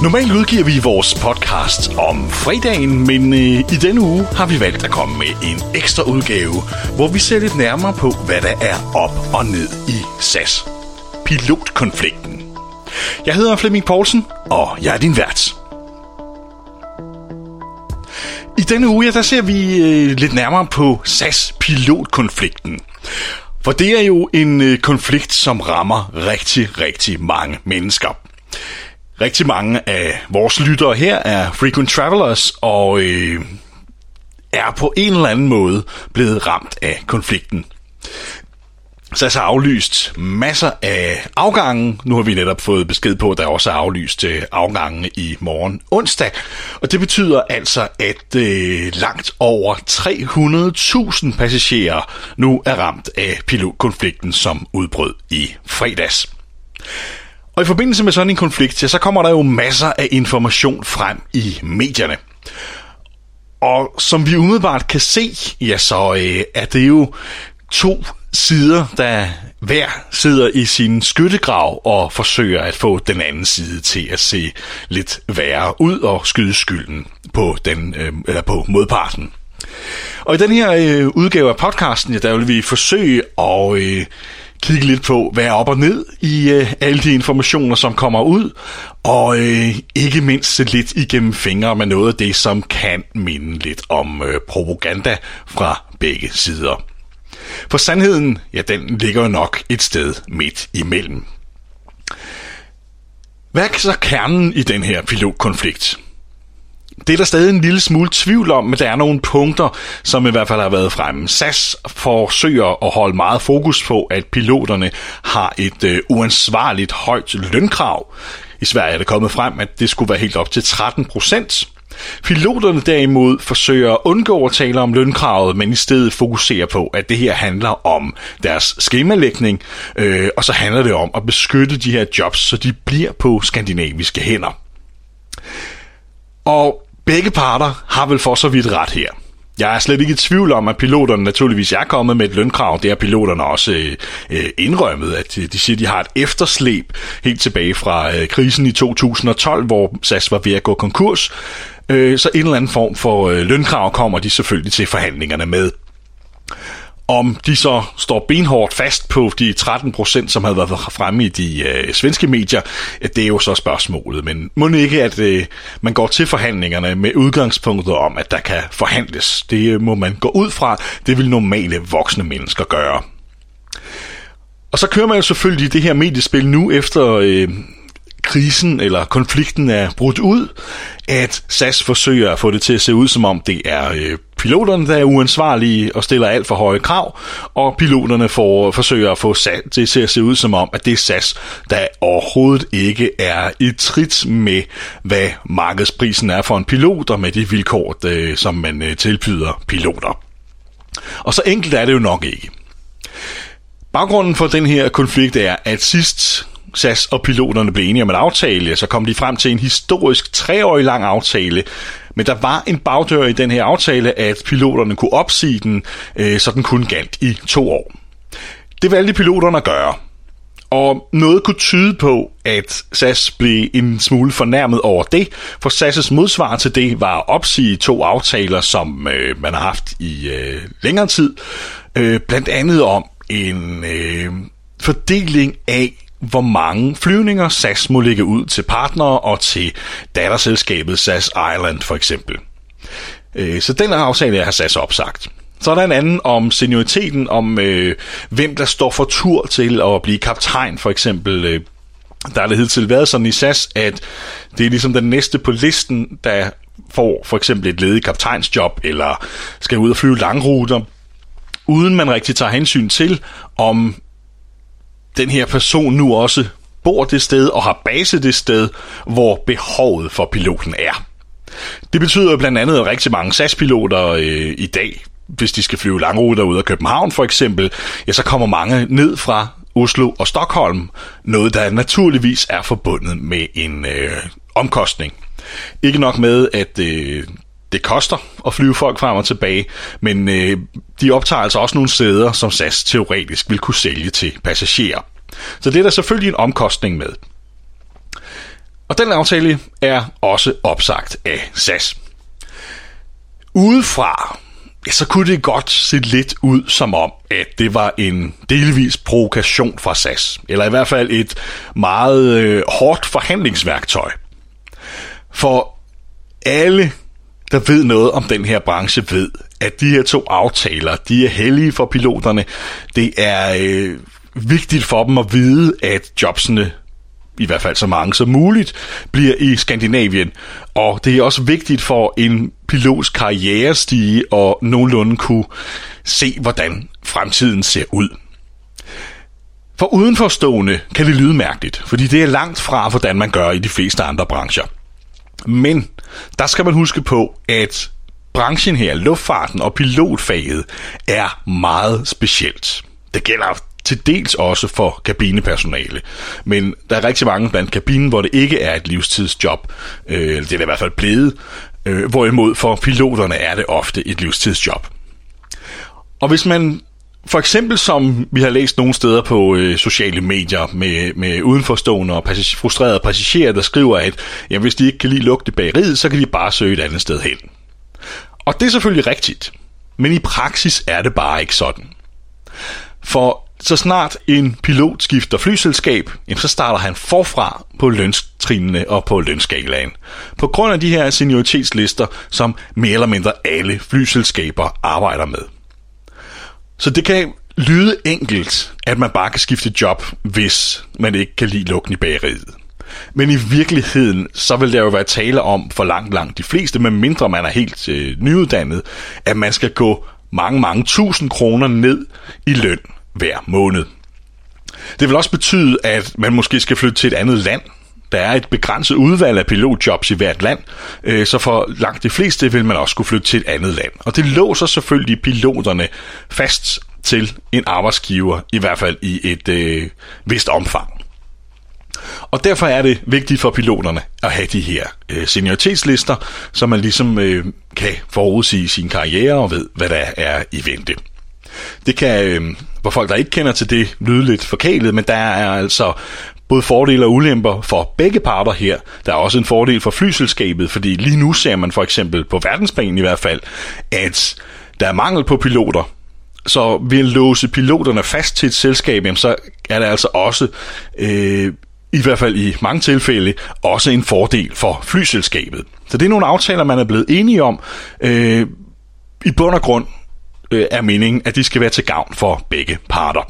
Normalt udgiver vi vores podcast om fredagen, men i denne uge har vi valgt at komme med en ekstra udgave, hvor vi ser lidt nærmere på, hvad der er op og ned i SAS. Pilotkonflikten. Jeg hedder Flemming Poulsen, og jeg er din vært. I denne uge, der ser vi lidt nærmere på SAS pilotkonflikten. For det er jo en konflikt, som rammer rigtig, rigtig mange mennesker. Rigtig mange af vores lyttere her er frequent travelers og er på en eller anden måde blevet ramt af konflikten. SAS har aflyst masser af afgange. Nu har vi netop fået besked på, at der også er aflyst afgangene i morgen onsdag. Og det betyder altså, at langt over 300.000 passagerer nu er ramt af pilotkonflikten, som udbrød i fredags. Og i forbindelse med sådan en konflikt, så kommer der jo masser af information frem i medierne. Og som vi umiddelbart kan se, ja, så er det jo to sider, der hver sidder i sin skyttegrav og forsøger at få den anden side til at se lidt værre ud og skyde skylden på på modparten. Og i den her udgave af podcasten, ja, der vil vi forsøge at kigge lidt på, hvad er op og ned i alle de informationer, som kommer ud, og ikke mindst se lidt igennem fingre med noget af det, som kan minde lidt om propaganda fra begge sider. For sandheden, ja, den ligger nok et sted midt imellem. Hvad er så kernen i den her pilotkonflikt? Det er der stadig en lille smule tvivl om, men der er nogle punkter, som i hvert fald har været fremme. SAS forsøger at holde meget fokus på, at piloterne har et uansvarligt højt lønkrav. I Sverige er det kommet frem, at det skulle være helt op til 13%. Piloterne derimod forsøger at undgå at tale om lønkravet, men i stedet fokuserer på, at det her handler om deres skemalægning, og så handler det om at beskytte de her jobs, så de bliver på skandinaviske hænder. Og begge parter har vel for så vidt ret her. Jeg er slet ikke i tvivl om, at piloterne naturligvis er kommet med et lønkrav. Det har piloterne også indrømmet, at de siger, at de har et efterslæb helt tilbage fra krisen i 2012, hvor SAS var ved at gå konkurs. Så en eller anden form for lønkrav kommer de selvfølgelig til forhandlingerne med. Om de så står benhårdt fast på de 13%, som havde været fremme i de svenske medier, det er jo så spørgsmålet. Men må ikke, at man går til forhandlingerne med udgangspunktet om, at der kan forhandles. Det må man gå ud fra. Det vil normale voksne mennesker gøre. Og så kører man jo selvfølgelig det her mediespil nu efter krisen eller konflikten er brudt ud, at SAS forsøger at få det til at se ud, som om det er piloterne, der er uansvarlige og stiller alt for høje krav, og piloterne forsøger at få det til at se ud, som om at det er SAS, der overhovedet ikke er i trit med, hvad markedsprisen er for en pilot, og med de vilkår, som man tilbyder piloter. Og så enkelt er det jo nok ikke. Baggrunden for den her konflikt er, at sidst SAS og piloterne blev enige om en aftale, så kom de frem til en historisk 3-årig lang aftale, men der var en bagdør i den her aftale, at piloterne kunne opsige den, så den kun galt i 2 år. Det valgte piloterne at gøre, og noget kunne tyde på, at SAS blev en smule fornærmet over det, for SAS' modsvar til det var at opsige 2 aftaler, som man har haft i længere tid, blandt andet om en fordeling af, hvor mange flyvninger SAS må lægge ud til partnere og til datterselskabet SAS Ireland for eksempel. Så den aftale har SAS opsagt. Så er der en anden om senioriteten, om hvem der står for tur til at blive kaptajn for eksempel. Der har det hidtil været sådan i SAS, at det er ligesom den næste på listen, der får for eksempel et ledigt kaptajnsjob eller skal ud og flyve langruter, uden man rigtig tager hensyn til, om den her person nu også bor det sted og har base det sted, hvor behovet for piloten er. Det betyder blandt andet, at rigtig mange SAS-piloter i dag, hvis de skal flyve langruter ud af København for eksempel, ja, så kommer mange ned fra Oslo og Stockholm, noget der naturligvis er forbundet med en omkostning. Ikke nok med, at det koster at flyve folk frem og tilbage, men de optager altså også nogle steder, som SAS teoretisk vil kunne sælge til passagerer. Så det er der selvfølgelig en omkostning med. Og den aftale er også opsagt af SAS. Udefra, så kunne det godt se lidt ud som om, at det var en delvis provokation fra SAS. Eller i hvert fald et meget hårdt forhandlingsværktøj. For alle, der ved noget om den her branche, ved, at de her 2 aftaler, de er hellige for piloterne. Det er vigtigt for dem at vide, at jobsene, i hvert fald så mange som muligt, bliver i Skandinavien. Og det er også vigtigt for en pilots karrierestige og nogenlunde kunne se, hvordan fremtiden ser ud. For udenforstående kan det lyde mærkeligt, fordi det er langt fra, hvordan man gør i de fleste andre brancher. Men der skal man huske på, at branchen her, luftfarten og pilotfaget, er meget specielt. Det gælder til dels også for kabinepersonale, men der er rigtig mange blandt kabinen, hvor det ikke er et livstidsjob. Det er i hvert fald blevet, hvorimod for piloterne er det ofte et livstidsjob. Og hvis man for eksempel, som vi har læst nogle steder på sociale medier med udenforstående og frustrerede passagerer, der skriver, at jamen, hvis de ikke kan lide lugt i bageriet, så kan de bare søge et andet sted hen. Og det er selvfølgelig rigtigt, men i praksis er det bare ikke sådan. For så snart en pilot skifter flyselskab, så starter han forfra på løntrinene og på lønskalaen. På grund af de her senioritetslister, som mere eller mindre alle flyselskaber arbejder med. Så det kan lyde enkelt, at man bare kan skifte job, hvis man ikke kan lide lugten i bageriet. Men i virkeligheden, så vil der jo være tale om for langt de fleste, medmindre man er helt nyuddannet, at man skal gå mange tusind kroner ned i løn hver måned. Det vil også betyde, at man måske skal flytte til et andet land. Der er et begrænset udvalg af pilotjobs i hvert land, så for langt de fleste vil man også skulle flytte til et andet land. Og det låser selvfølgelig piloterne fast til en arbejdsgiver, i hvert fald i et vist omfang. Og derfor er det vigtigt for piloterne at have de her senioritetslister, så man ligesom kan forudsige sin karriere og ved, hvad der er i vente. Det kan, for folk der ikke kender til det, lyde lidt forkælet, men der er altså både fordele og ulemper for begge parter her. Der er også en fordel for flyselskabet, fordi lige nu ser man for eksempel på verdensplan i hvert fald, at der er mangel på piloter. Så ved at låse piloterne fast til et selskab, så er der altså også, i hvert fald i mange tilfælde, også en fordel for flyselskabet. Så det er nogle aftaler, man er blevet enige om. I bund og grund er meningen, at de skal være til gavn for begge parter.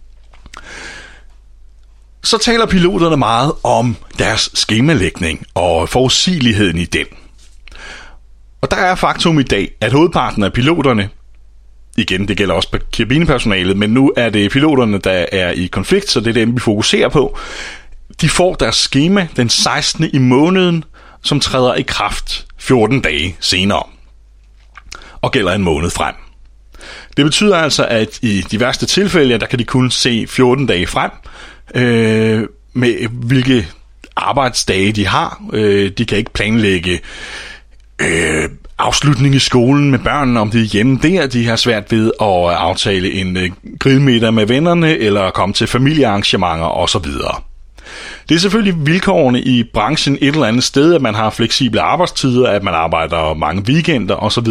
Så taler piloterne meget om deres skemalægning og forudsigeligheden i den. Og der er faktum i dag, at hovedparten af piloterne, igen det gælder også på kabinepersonalet, men nu er det piloterne, der er i konflikt, så det er dem, vi fokuserer på. De får deres skema den 16. i måneden, som træder i kraft 14 dage senere og gælder en måned frem. Det betyder altså, at i de værste tilfælde, der kan de kun se 14 dage frem, med hvilke arbejdsdage de har. De kan ikke planlægge afslutning i skolen med børnene, om de er hjemme der. De har svært ved at aftale en grillmiddag med vennerne, eller komme til familiearrangementer osv. Det er selvfølgelig vilkårene i branchen et eller andet sted, at man har fleksible arbejdstider, at man arbejder mange weekender osv.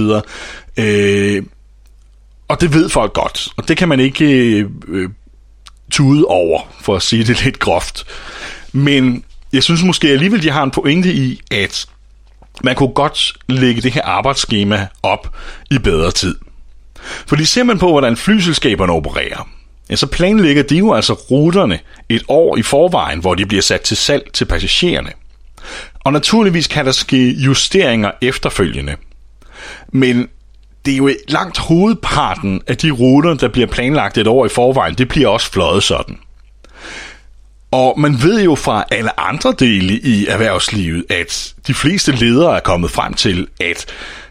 Og det ved folk godt, og det kan man ikke tude over, for at sige det lidt groft. Men jeg synes måske alligevel, de har en pointe i, at man kunne godt lægge det her arbejdsskema op i bedre tid. Fordi ser man på, hvordan flyselskaberne opererer, ja, så planlægger de jo altså ruterne et år i forvejen, hvor de bliver sat til salg til passagererne. Og naturligvis kan der ske justeringer efterfølgende. Men det er jo langt hovedparten af de ruter, der bliver planlagt et år i forvejen, det bliver også fløjet sådan. Og man ved jo fra alle andre dele i erhvervslivet, at de fleste ledere er kommet frem til, at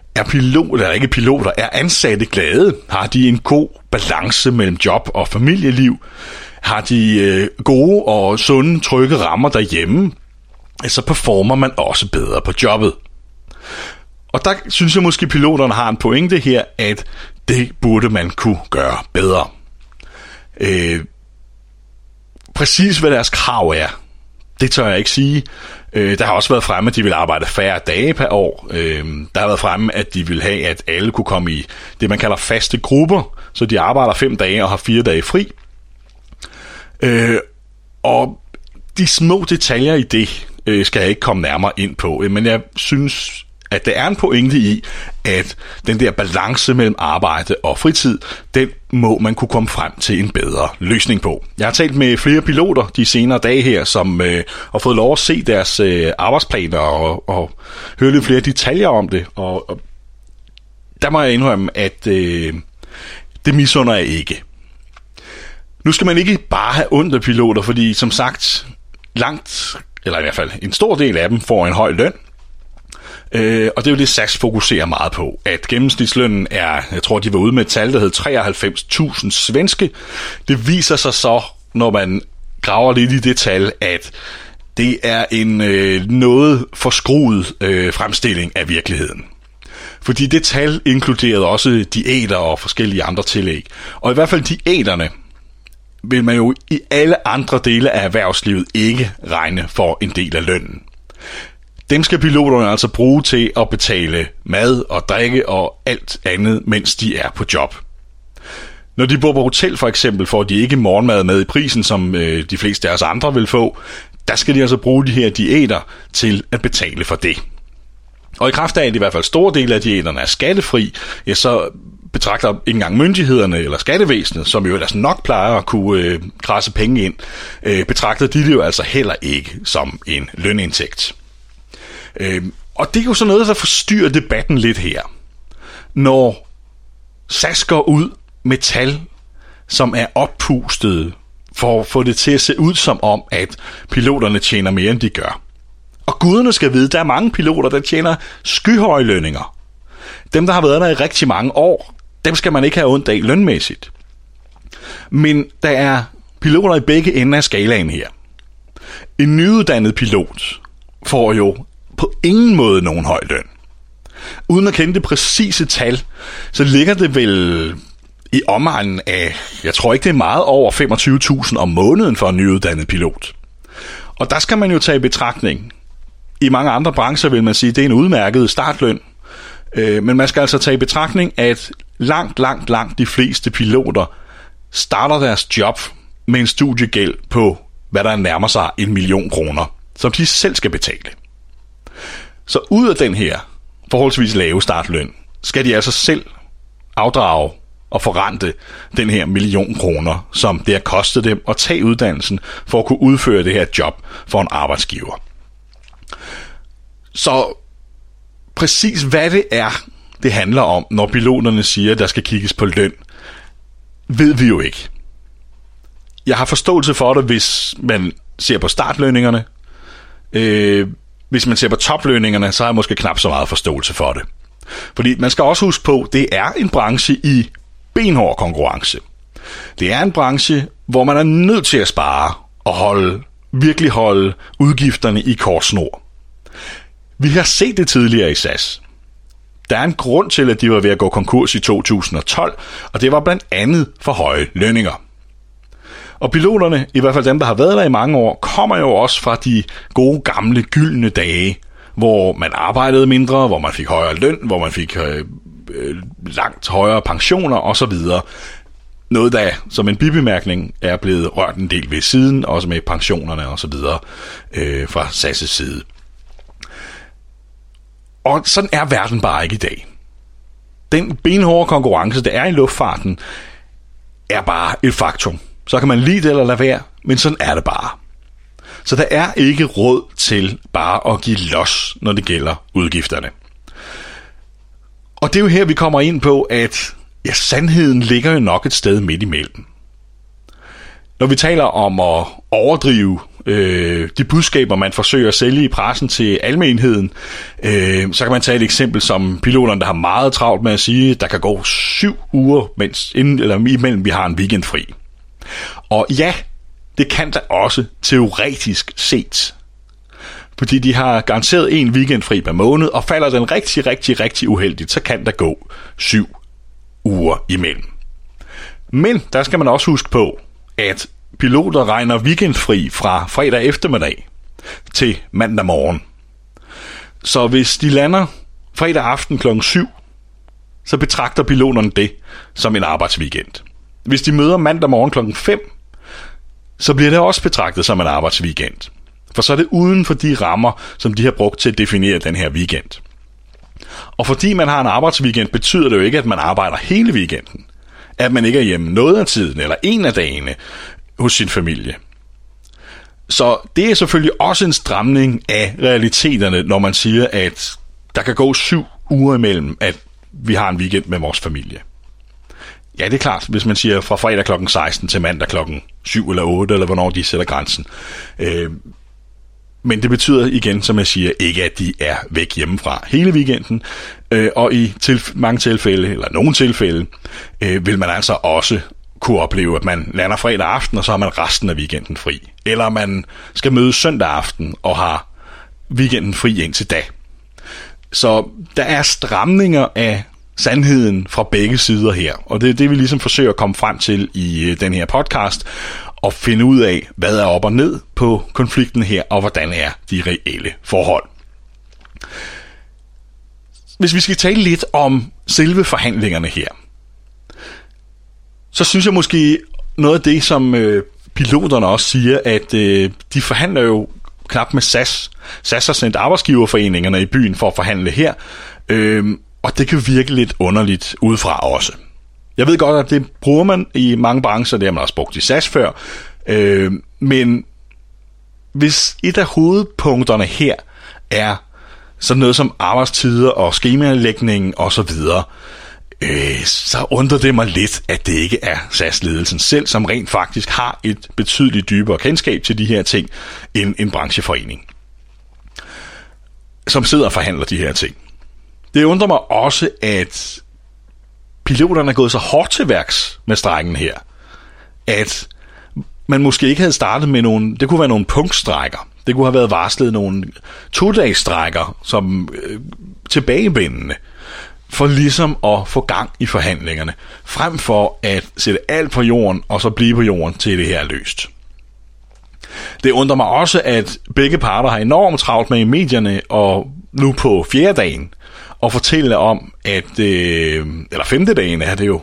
er ansatte glade? Har de en god balance mellem job og familieliv? Har de gode og sunde, trygge rammer derhjemme? Så performer man også bedre på jobbet. Og der synes jeg måske, piloterne har en pointe her, at det burde man kunne gøre bedre. Præcis hvad deres krav er, det tør jeg ikke sige. Der har også været fremme, at de vil arbejde færre dage per år. Der har været fremme, at de vil have, at alle kunne komme i det, man kalder faste grupper, så de arbejder 5 dage og har 4 dage fri. Og de små detaljer i det skal jeg ikke komme nærmere ind på, men jeg synes, at der er en pointe i, at den der balance mellem arbejde og fritid, den må man kunne komme frem til en bedre løsning på. Jeg har talt med flere piloter de senere dage her, som har fået lov at se deres arbejdsplaner og høre lidt flere detaljer om det, og der må jeg indrømme, at det misunder jeg ikke. Nu skal man ikke bare have ondt af piloter, fordi som sagt, eller i hvert fald en stor del af dem får en høj løn. Og det er jo det, SAS fokuserer meget på, at gennemsnitslønnen er, jeg tror, de var ude med et tal, der hed 93.000 svenske. Det viser sig så, når man graver lidt i det tal, at det er en noget forskruet fremstilling af virkeligheden. Fordi det tal inkluderede også diæter og forskellige andre tillæg. Og i hvert fald diæterne vil man jo i alle andre dele af erhvervslivet ikke regne for en del af lønnen. Dem skal piloterne altså bruge til at betale mad og drikke og alt andet, mens de er på job. Når de bor på hotel for eksempel, får de ikke morgenmad med i prisen, som de fleste af os andre vil få. Der skal de altså bruge de her diæter til at betale for det. Og i kraft af, at i hvert fald store dele af diæterne er skattefri, ja, så betragter ikke engang myndighederne eller skattevæsenet, som jo ellers nok plejer at kunne krasse penge ind, betragter de det jo altså heller ikke som en lønindtægt. Og det er jo sådan noget, der forstyrrer debatten lidt her. Når SAS går ud med tal, som er oppustede, for at få det til at se ud som om, at piloterne tjener mere, end de gør. Og guderne skal vide, der er mange piloter, der tjener skyhøje lønninger. Dem, der har været der i rigtig mange år, dem skal man ikke have ondt af lønmæssigt. Men der er piloter i begge ender af skalaen her. En nyuddannet pilot får jo på ingen måde nogen høj løn. Uden at kende det præcise tal, så ligger det vel i omegnen af, jeg tror ikke det er meget over 25.000 om måneden for en nyuddannet pilot. Og der skal man jo tage i betragtning. I mange andre brancher vil man sige, at det er en udmærket startløn. Men man skal altså tage i betragtning, at langt de fleste piloter starter deres job med en studiegæld på, hvad der nærmer sig 1 million kroner, som de selv skal betale. Så ud af den her forholdsvis lave startløn, skal de altså selv afdrage og forrente den her 1 million kroner, som det har kostet dem at tage uddannelsen for at kunne udføre det her job for en arbejdsgiver. Så præcis hvad det er, det handler om, når piloterne siger, at der skal kigges på løn, ved vi jo ikke. Jeg har forståelse for det, hvis man ser på startlønningerne. Hvis man ser på toplønningerne, så har jeg måske knap så meget forståelse for det. Fordi man skal også huske på, at det er en branche i benhård konkurrence. Det er en branche, hvor man er nødt til at spare og virkelig holde udgifterne i kort snor. Vi har set det tidligere i SAS. Der er en grund til, at de var ved at gå konkurs i 2012, og det var blandt andet for høje lønninger. Og piloterne, i hvert fald dem, der har været der i mange år, kommer jo også fra de gode gamle gyldne dage, hvor man arbejdede mindre, hvor man fik højere løn, hvor man fik langt højere pensioner osv. Noget, der som en bibemærkning er blevet rørt en del ved siden, også med pensionerne osv. Fra SAS' side. Og sådan er verden bare ikke i dag. Den benhårde konkurrence, der er i luftfarten, er bare et faktum. Så kan man lide det eller lade være, men sådan er det bare. Så der er ikke råd til bare at give los, når det gælder udgifterne. Og det er jo her, vi kommer ind på, at sandheden ligger jo nok et sted midt imellem. Når vi taler om at overdrive de budskaber, man forsøger at sælge i pressen til almenheden, så kan man tage et eksempel som piloterne, der har meget travlt med at sige, at der kan gå 7 uger, imellem vi har en weekend fri. Og ja, det kan da også teoretisk set. Fordi de har garanteret en weekend fri per måned, og falder den rigtig uheldigt, så kan der gå 7 uger imellem. Men der skal man også huske på, at piloter regner weekendfri fra fredag eftermiddag til mandag morgen. Så hvis de lander fredag aften klokken 7, så betragter piloterne det som en arbejdsweekend. Hvis de møder mandag morgen klokken 5, så bliver det også betragtet som en arbejdsweekend. For så er det uden for de rammer, som de har brugt til at definere den her weekend. Og fordi man har en arbejdsweekend, betyder det jo ikke, at man arbejder hele weekenden. At man ikke er hjemme noget af tiden, eller en af dagene hos sin familie. Så det er selvfølgelig også en stramning af realiteterne, når man siger, at der kan gå 7 uger imellem, at vi har en weekend med vores familie. Ja, det er klart, hvis man siger fra fredag klokken 16 til mandag klokken 7 eller 8, eller hvornår de sætter grænsen. Men det betyder igen, som jeg siger, ikke at de er væk hjemmefra hele weekenden. Og i mange tilfælde, eller nogle tilfælde, vil man altså også kunne opleve, at man lander fredag aften, og så har man resten af weekenden fri. Eller man skal møde søndag aften og har weekenden fri indtil da. Så der er stramninger af sandheden fra begge sider her, og det er det, vi ligesom forsøger at komme frem til i den her podcast, og finde ud af, hvad er op og ned på konflikten her, og hvordan er de reelle forhold. Hvis vi skal tale lidt om selve forhandlingerne her, så synes jeg måske noget af det, som piloterne også siger, at de forhandler jo knap med SAS. SAS har sendt arbejdsgiverforeningerne i byen for at forhandle her, og det kan virke lidt underligt udefra også. Jeg ved godt, at det bruger man i mange brancher, det har man også brugt i SAS før, men hvis et af hovedpunkterne her er sådan noget som arbejdstider og skemalægning og så videre, så undrer det mig lidt, at det ikke er SAS-ledelsen selv, som rent faktisk har et betydeligt dybere kendskab til de her ting, end en brancheforening, som sidder og forhandler de her ting. Det undrer mig også, at piloterne er gået så hårdt til værks med strejken her, at man måske ikke havde startet med nogle, det kunne være nogle punktstrejker, det kunne have været varslet nogle 2-dages strejker, som tilbagevendende, for ligesom at få gang i forhandlingerne, frem for at sætte alt på jorden, og så blive på jorden til det her er løst. Det undrer mig også, at begge parter har enormt travlt med i medierne, og nu på 4. dagen, og fortælle om, at, eller 5. dagen er det jo,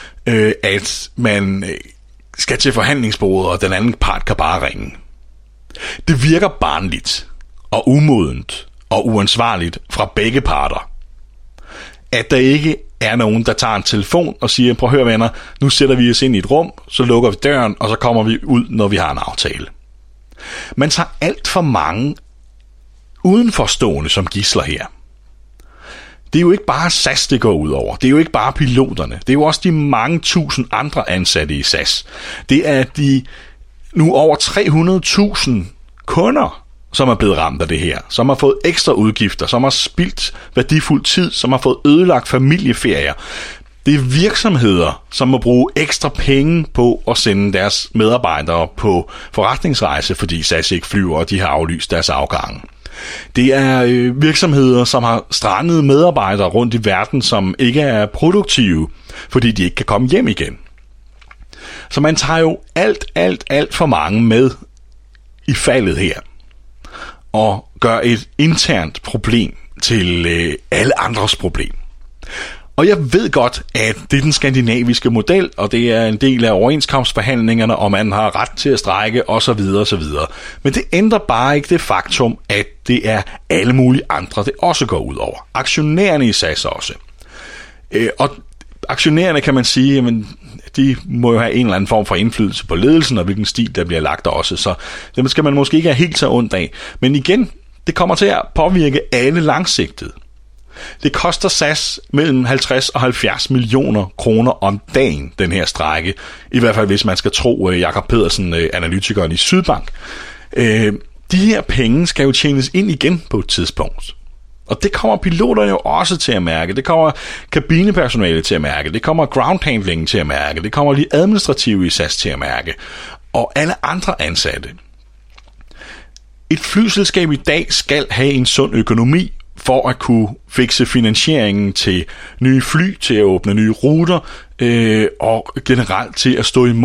at man skal til forhandlingsbordet, og den anden part kan bare ringe. Det virker barnligt, og umodent, og uansvarligt fra begge parter, at der ikke er nogen, der tager en telefon og siger, prøv at høre venner, nu sætter vi os ind i et rum, så lukker vi døren, og så kommer vi ud, når vi har en aftale. Man tager alt for mange udenforstående som gidsler her. Det er jo ikke bare SAS, det går ud over. Det er jo ikke bare piloterne. Det er jo også de mange tusind andre ansatte i SAS. Det er de nu over 300.000 kunder, som er blevet ramt af det her. Som har fået ekstra udgifter, som har spildt værdifuld tid, som har fået ødelagt familieferier. Det er virksomheder, som må bruge ekstra penge på at sende deres medarbejdere på forretningsrejse, fordi SAS ikke flyver, og de har aflyst deres afgange. Det er virksomheder, som har strandet medarbejdere rundt i verden, som ikke er produktive, fordi de ikke kan komme hjem igen. Så man tager jo alt for mange med i faldet her, og gør et internt problem til alle andres problem. Og jeg ved godt, at det er den skandinaviske model, og det er en del af overenskomstforhandlingerne, og man har ret til at strejke osv. osv. Men det ændrer bare ikke det faktum, at det er alle mulige andre, det også går ud over. Aktionærerne i SAS også. Og aktionærerne kan man sige, jamen, de må jo have en eller anden form for indflydelse på ledelsen, og hvilken stil der bliver lagt også. Så det skal man måske ikke have helt så ondt af. Men igen, det kommer til at påvirke alle langsigtet. Det koster SAS mellem 50 og 70 millioner kroner om dagen, den her strejke. I hvert fald, hvis man skal tro Jakob Pedersen, analytikeren i Sydbank. De her penge skal jo tjenes ind igen på et tidspunkt. Og det kommer piloterne jo også til at mærke. Det kommer kabinepersonalet til at mærke. Det kommer groundhandlingen til at mærke. Det kommer de administrative i SAS til at mærke. Og alle andre ansatte. Et flyselskab i dag skal have en sund økonomi, for at kunne fikse finansieringen til nye fly, til at åbne nye ruter, og generelt til at stå imod, uventede omkostninger og hårde tider.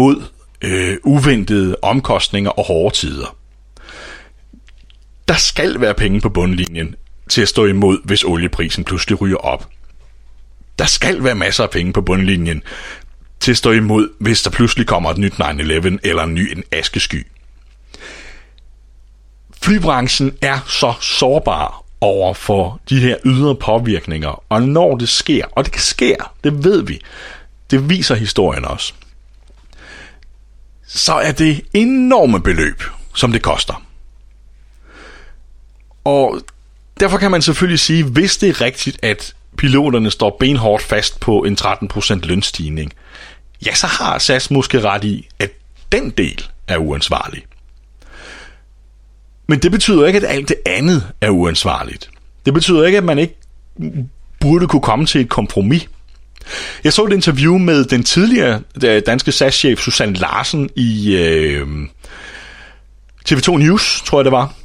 Der skal være penge på bundlinjen til at stå imod, hvis olieprisen pludselig ryger op. Der skal være masser af penge på bundlinjen til at stå imod, hvis der pludselig kommer et nyt 9/11 eller en askesky. Flybranchen er så sårbar over for de her ydre påvirkninger, og når det sker, og det sker, det ved vi, det viser historien også, så er det enorme beløb, som det koster. Og derfor kan man selvfølgelig sige, hvis det er rigtigt, at piloterne står benhårdt fast på en 13% lønstigning, ja, så har SAS måske ret i, at den del er uansvarlig. Men det betyder ikke, at alt det andet er uansvarligt. Det betyder ikke, at man ikke burde kunne komme til et kompromis. Jeg så et interview med den tidligere danske SAS-chef Susanne Larsen i TV2 News, tror jeg det var,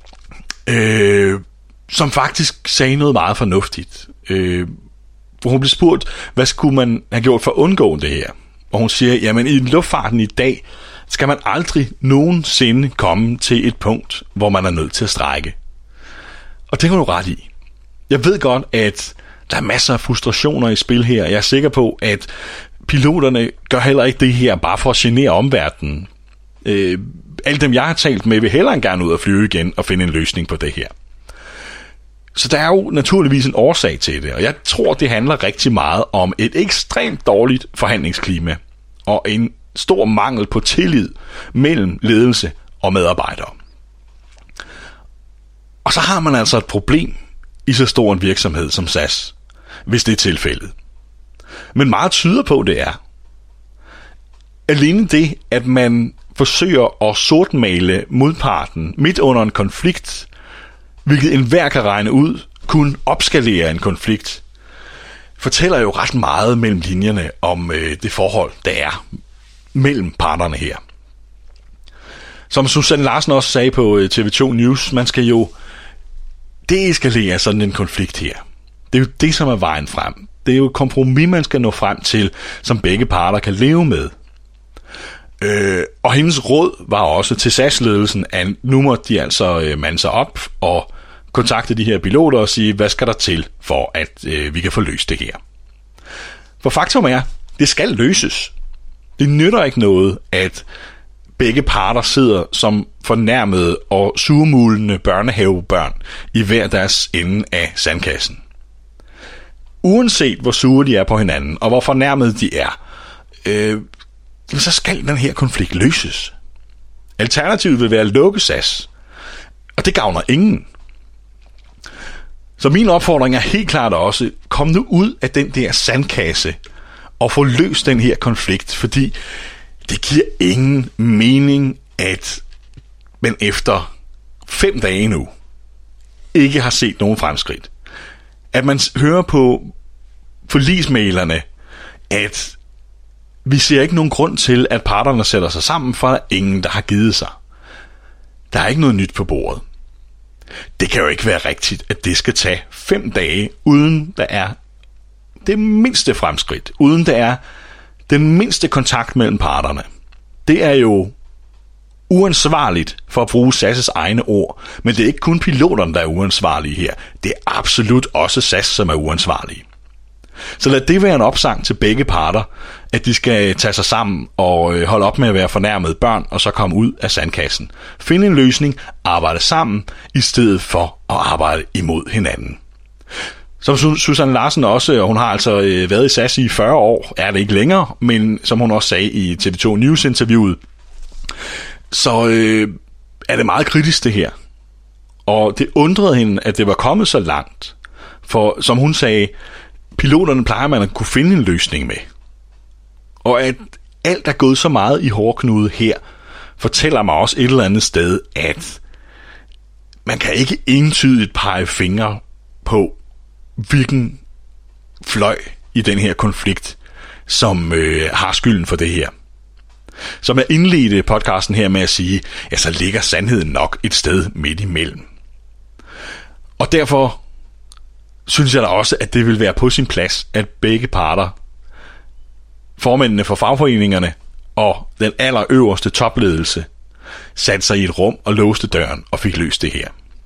som faktisk sagde noget meget fornuftigt. Hvor hun blev spurgt, hvad skulle man have gjort for at undgå det her? Og hun siger, jamen i luftfarten i dag, skal man aldrig nogensinde komme til et punkt, hvor man er nødt til at strejke. Og det har hun ret i. Jeg ved godt, at der er masser af frustrationer i spil her. Jeg er sikker på, at piloterne gør heller ikke det her bare for at genere omverdenen. Alle dem, jeg har talt med, vil hellere gerne ud og flyve igen og finde en løsning på det her. Så der er jo naturligvis en årsag til det, og jeg tror, det handler rigtig meget om et ekstremt dårligt forhandlingsklima og en stor mangel på tillid mellem ledelse og medarbejdere. Og så har man altså et problem i så stor en virksomhed som SAS, hvis det er tilfældet. Men meget tyder på, det er. Alene det, at man forsøger at sortmale modparten midt under en konflikt, hvilket enhver kan regne ud, kun opskalere en konflikt, fortæller jo ret meget mellem linjerne om det forhold, der er mellem parterne her. Som Susanne Larsen også sagde på TV2 News, man skal jo deeskalere sådan en konflikt her. Det er jo det, som er vejen frem. Det er jo et kompromis, man skal nå frem til, som begge parter kan leve med. Og hendes råd var også til SAS-ledelsen, at nu må de altså mande sig op og kontakte de her piloter og sige, hvad skal der til, for at vi kan få løst det her. For faktum er, det skal løses. Det nytter ikke noget, at begge parter sidder som fornærmede og surmulende børnehavebørn i hver deres ende af sandkassen. Uanset hvor sure de er på hinanden, og hvor fornærmede de er, så skal den her konflikt løses. Alternativet vil være at lukke SAS, og det gavner ingen. Så min opfordring er helt klart også, kom nu ud af den der sandkasse og få løst den her konflikt, fordi det giver ingen mening, at man efter 5 dage nu ikke har set nogen fremskridt. At man hører på forligsmælerne, at vi ser ikke nogen grund til, at parterne sætter sig sammen, for der er ingen, der har givet sig. Der er ikke noget nyt på bordet. Det kan jo ikke være rigtigt, at det skal tage 5 dage, uden der er det mindste fremskridt, uden der er den mindste kontakt mellem parterne. Det er jo uansvarligt, for at bruge SAS' egne ord, men det er ikke kun piloterne, der er uansvarlige her. Det er absolut også SAS, som er uansvarlige. Så lad det være en opsang til begge parter, at de skal tage sig sammen og holde op med at være fornærmede børn, og så komme ud af sandkassen. Finde en løsning, arbejde sammen, i stedet for at arbejde imod hinanden. Som Susanne Larsen også, og hun har altså været i SAS i 40 år, er det ikke længere, men som hun også sagde i TV2 News-interviewet, så er det meget kritisk det her. Og det undrede hende, at det var kommet så langt. For som hun sagde, piloterne plejer man at kunne finde en løsning med. Og at alt er gået så meget i hårdknude her, fortæller mig også et eller andet sted, at man kan ikke entydigt pege fingre på, hvilken fløj i den her konflikt, som har skylden for det her. Som jeg indledte podcasten her med at sige, ja, så ligger sandheden nok et sted midt imellem. Og derfor synes jeg da også, at det vil være på sin plads, at begge parter, formændene for fagforeningerne og den allerøverste topledelse, satte sig i et rum og låste døren og fik løst det her.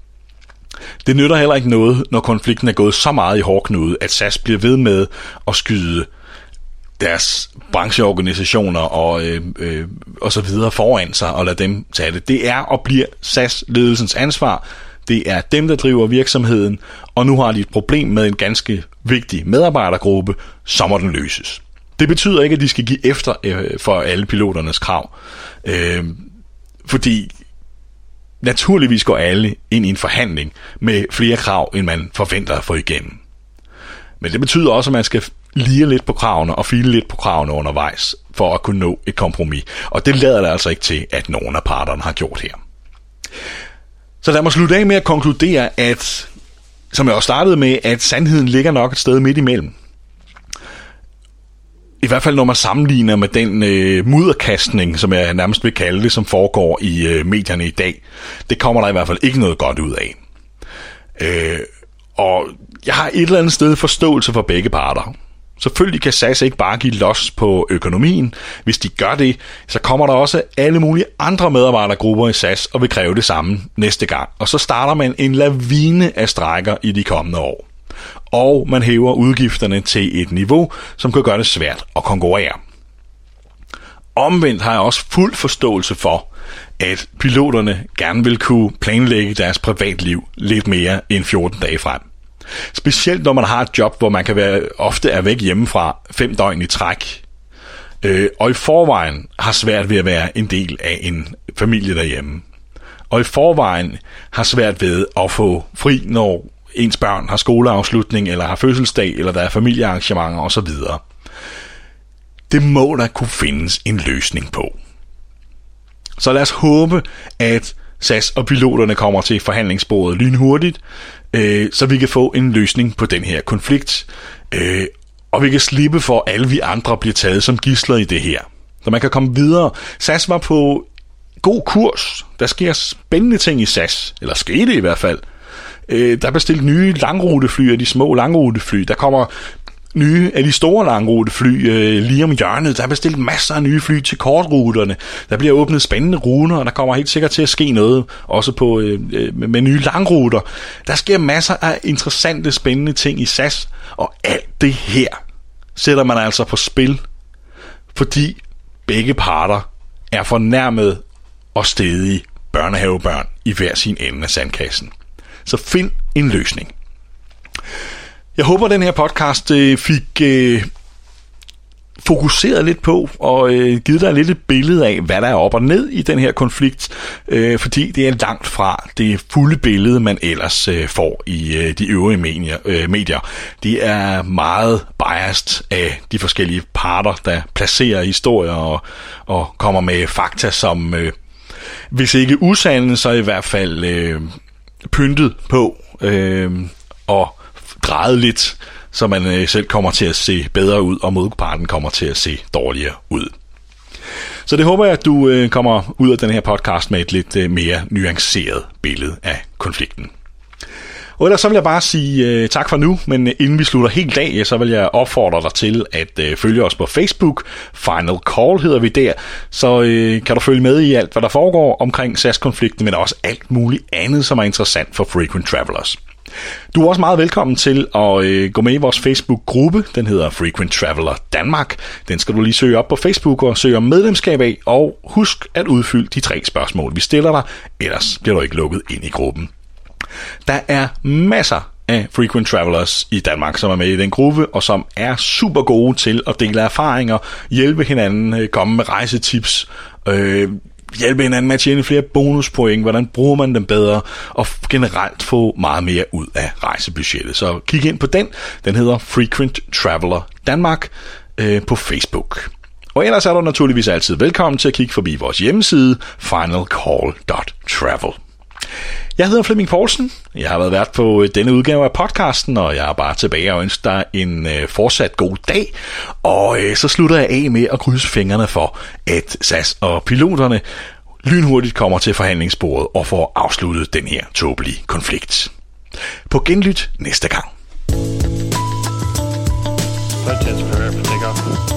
Det nytter heller ikke noget, når konflikten er gået så meget i hårdknude, at SAS bliver ved med at skyde deres brancheorganisationer og så videre foran sig og lade dem tage det. Det er og bliver SAS-ledelsens ansvar. Det er dem, der driver virksomheden, og nu har de et problem med en ganske vigtig medarbejdergruppe, så må den løses. Det betyder ikke, at de skal give efter for alle piloternes krav, fordi naturligvis går alle ind i en forhandling med flere krav, end man forventer at få igennem. Men det betyder også, at man skal lire lidt på kravene og file lidt på kravene undervejs, for at kunne nå et kompromis. Og det lader det altså ikke til, at nogen af parterne har gjort her. Så lad mig slutte af med at konkludere, at, som jeg også startede med, at sandheden ligger nok et sted midt imellem. I hvert fald når man sammenligner med den mudderkastning, som jeg nærmest vil kalde det, som foregår i medierne i dag. Det kommer der i hvert fald ikke noget godt ud af. Og jeg har et eller andet sted forståelse for begge parter. Selvfølgelig kan SAS ikke bare give los på økonomien. Hvis de gør det, så kommer der også alle mulige andre medarbejdergrupper i SAS og vil kræve det samme næste gang. Og så starter man en lavine af strejker i de kommende år. Og man hæver udgifterne til et niveau, som kan gøre det svært at konkurrere. Omvendt har jeg også fuld forståelse for, at piloterne gerne vil kunne planlægge deres privatliv lidt mere end 14 dage frem. Specielt når man har et job, hvor man ofte er væk hjemmefra 5 døgn i træk, og i forvejen har svært ved at være en del af en familie derhjemme. Og i forvejen har svært ved at få fri, når ens børn har skoleafslutning, eller har fødselsdag, eller der er familiearrangementer osv. Det må der kunne findes en løsning på. Så lad os håbe, at SAS og piloterne kommer til forhandlingsbordet lynhurtigt, så vi kan få en løsning på den her konflikt, og vi kan slippe for, at alle vi andre bliver taget som gidsler i det her. Så man kan komme videre. SAS var på god kurs. Der sker spændende ting i SAS, eller skete i hvert fald. Der er bestilt nye langrutefly af de små langrutefly. Der kommer nye af de store langrutefly lige om hjørnet. Der er bestilt masser af nye fly til kortruterne. Der bliver åbnet spændende ruter, og der kommer helt sikkert til at ske noget, også på med nye langruter. Der sker masser af interessante, spændende ting i SAS, og alt det her sætter man altså på spil, fordi begge parter er fornærmet og stedige børnehavebørn i hver sin ende af sandkassen. Så find en løsning. Jeg håber, at den her podcast fik fokuseret lidt på og givet dig lidt et billede af, hvad der er op og ned i den her konflikt, fordi det er langt fra det fulde billede, man ellers får i de øvrige medier. Det er meget biased af de forskellige parter, der placerer historier og kommer med fakta, som hvis ikke usande, så i hvert fald pyntet på og drejet lidt, så man selv kommer til at se bedre ud, og modparten kommer til at se dårligere ud. Så det håber jeg, at du kommer ud af den her podcast med et lidt mere nuanceret billede af konflikten. Og ellers så vil jeg bare sige tak for nu, men inden vi slutter helt af, så vil jeg opfordre dig til at følge os på Facebook. Final Call hedder vi der, så kan du følge med i alt, hvad der foregår omkring SAS-konflikten, men også alt muligt andet, som er interessant for Frequent Travelers. Du er også meget velkommen til at gå med i vores Facebook-gruppe. Den hedder Frequent Traveler Danmark. Den skal du lige søge op på Facebook og søge om medlemskab af, og husk at udfylde de 3 spørgsmål, vi stiller dig, ellers bliver du ikke lukket ind i gruppen. Der er masser af Frequent Travelers i Danmark, som er med i den gruppe, og som er super gode til at dele erfaringer, hjælpe hinanden, komme med rejsetips, hjælpe hinanden med at tjene flere bonuspoint, hvordan bruger man dem bedre, og generelt få meget mere ud af rejsebudgettet. Så kig ind på den. Den hedder Frequent Traveler Danmark på Facebook. Og ellers er du naturligvis altid velkommen til at kigge forbi vores hjemmeside, finalcall.travel. Jeg hedder Flemming Poulsen. Jeg har været vært på denne udgave af podcasten, og jeg er bare tilbage og ønsker dig en fortsat god dag. Og så slutter jeg af med at krydse fingrene for, at SAS og piloterne lynhurtigt kommer til forhandlingsbordet og får afsluttet den her tåbelige konflikt. På genlyt næste gang.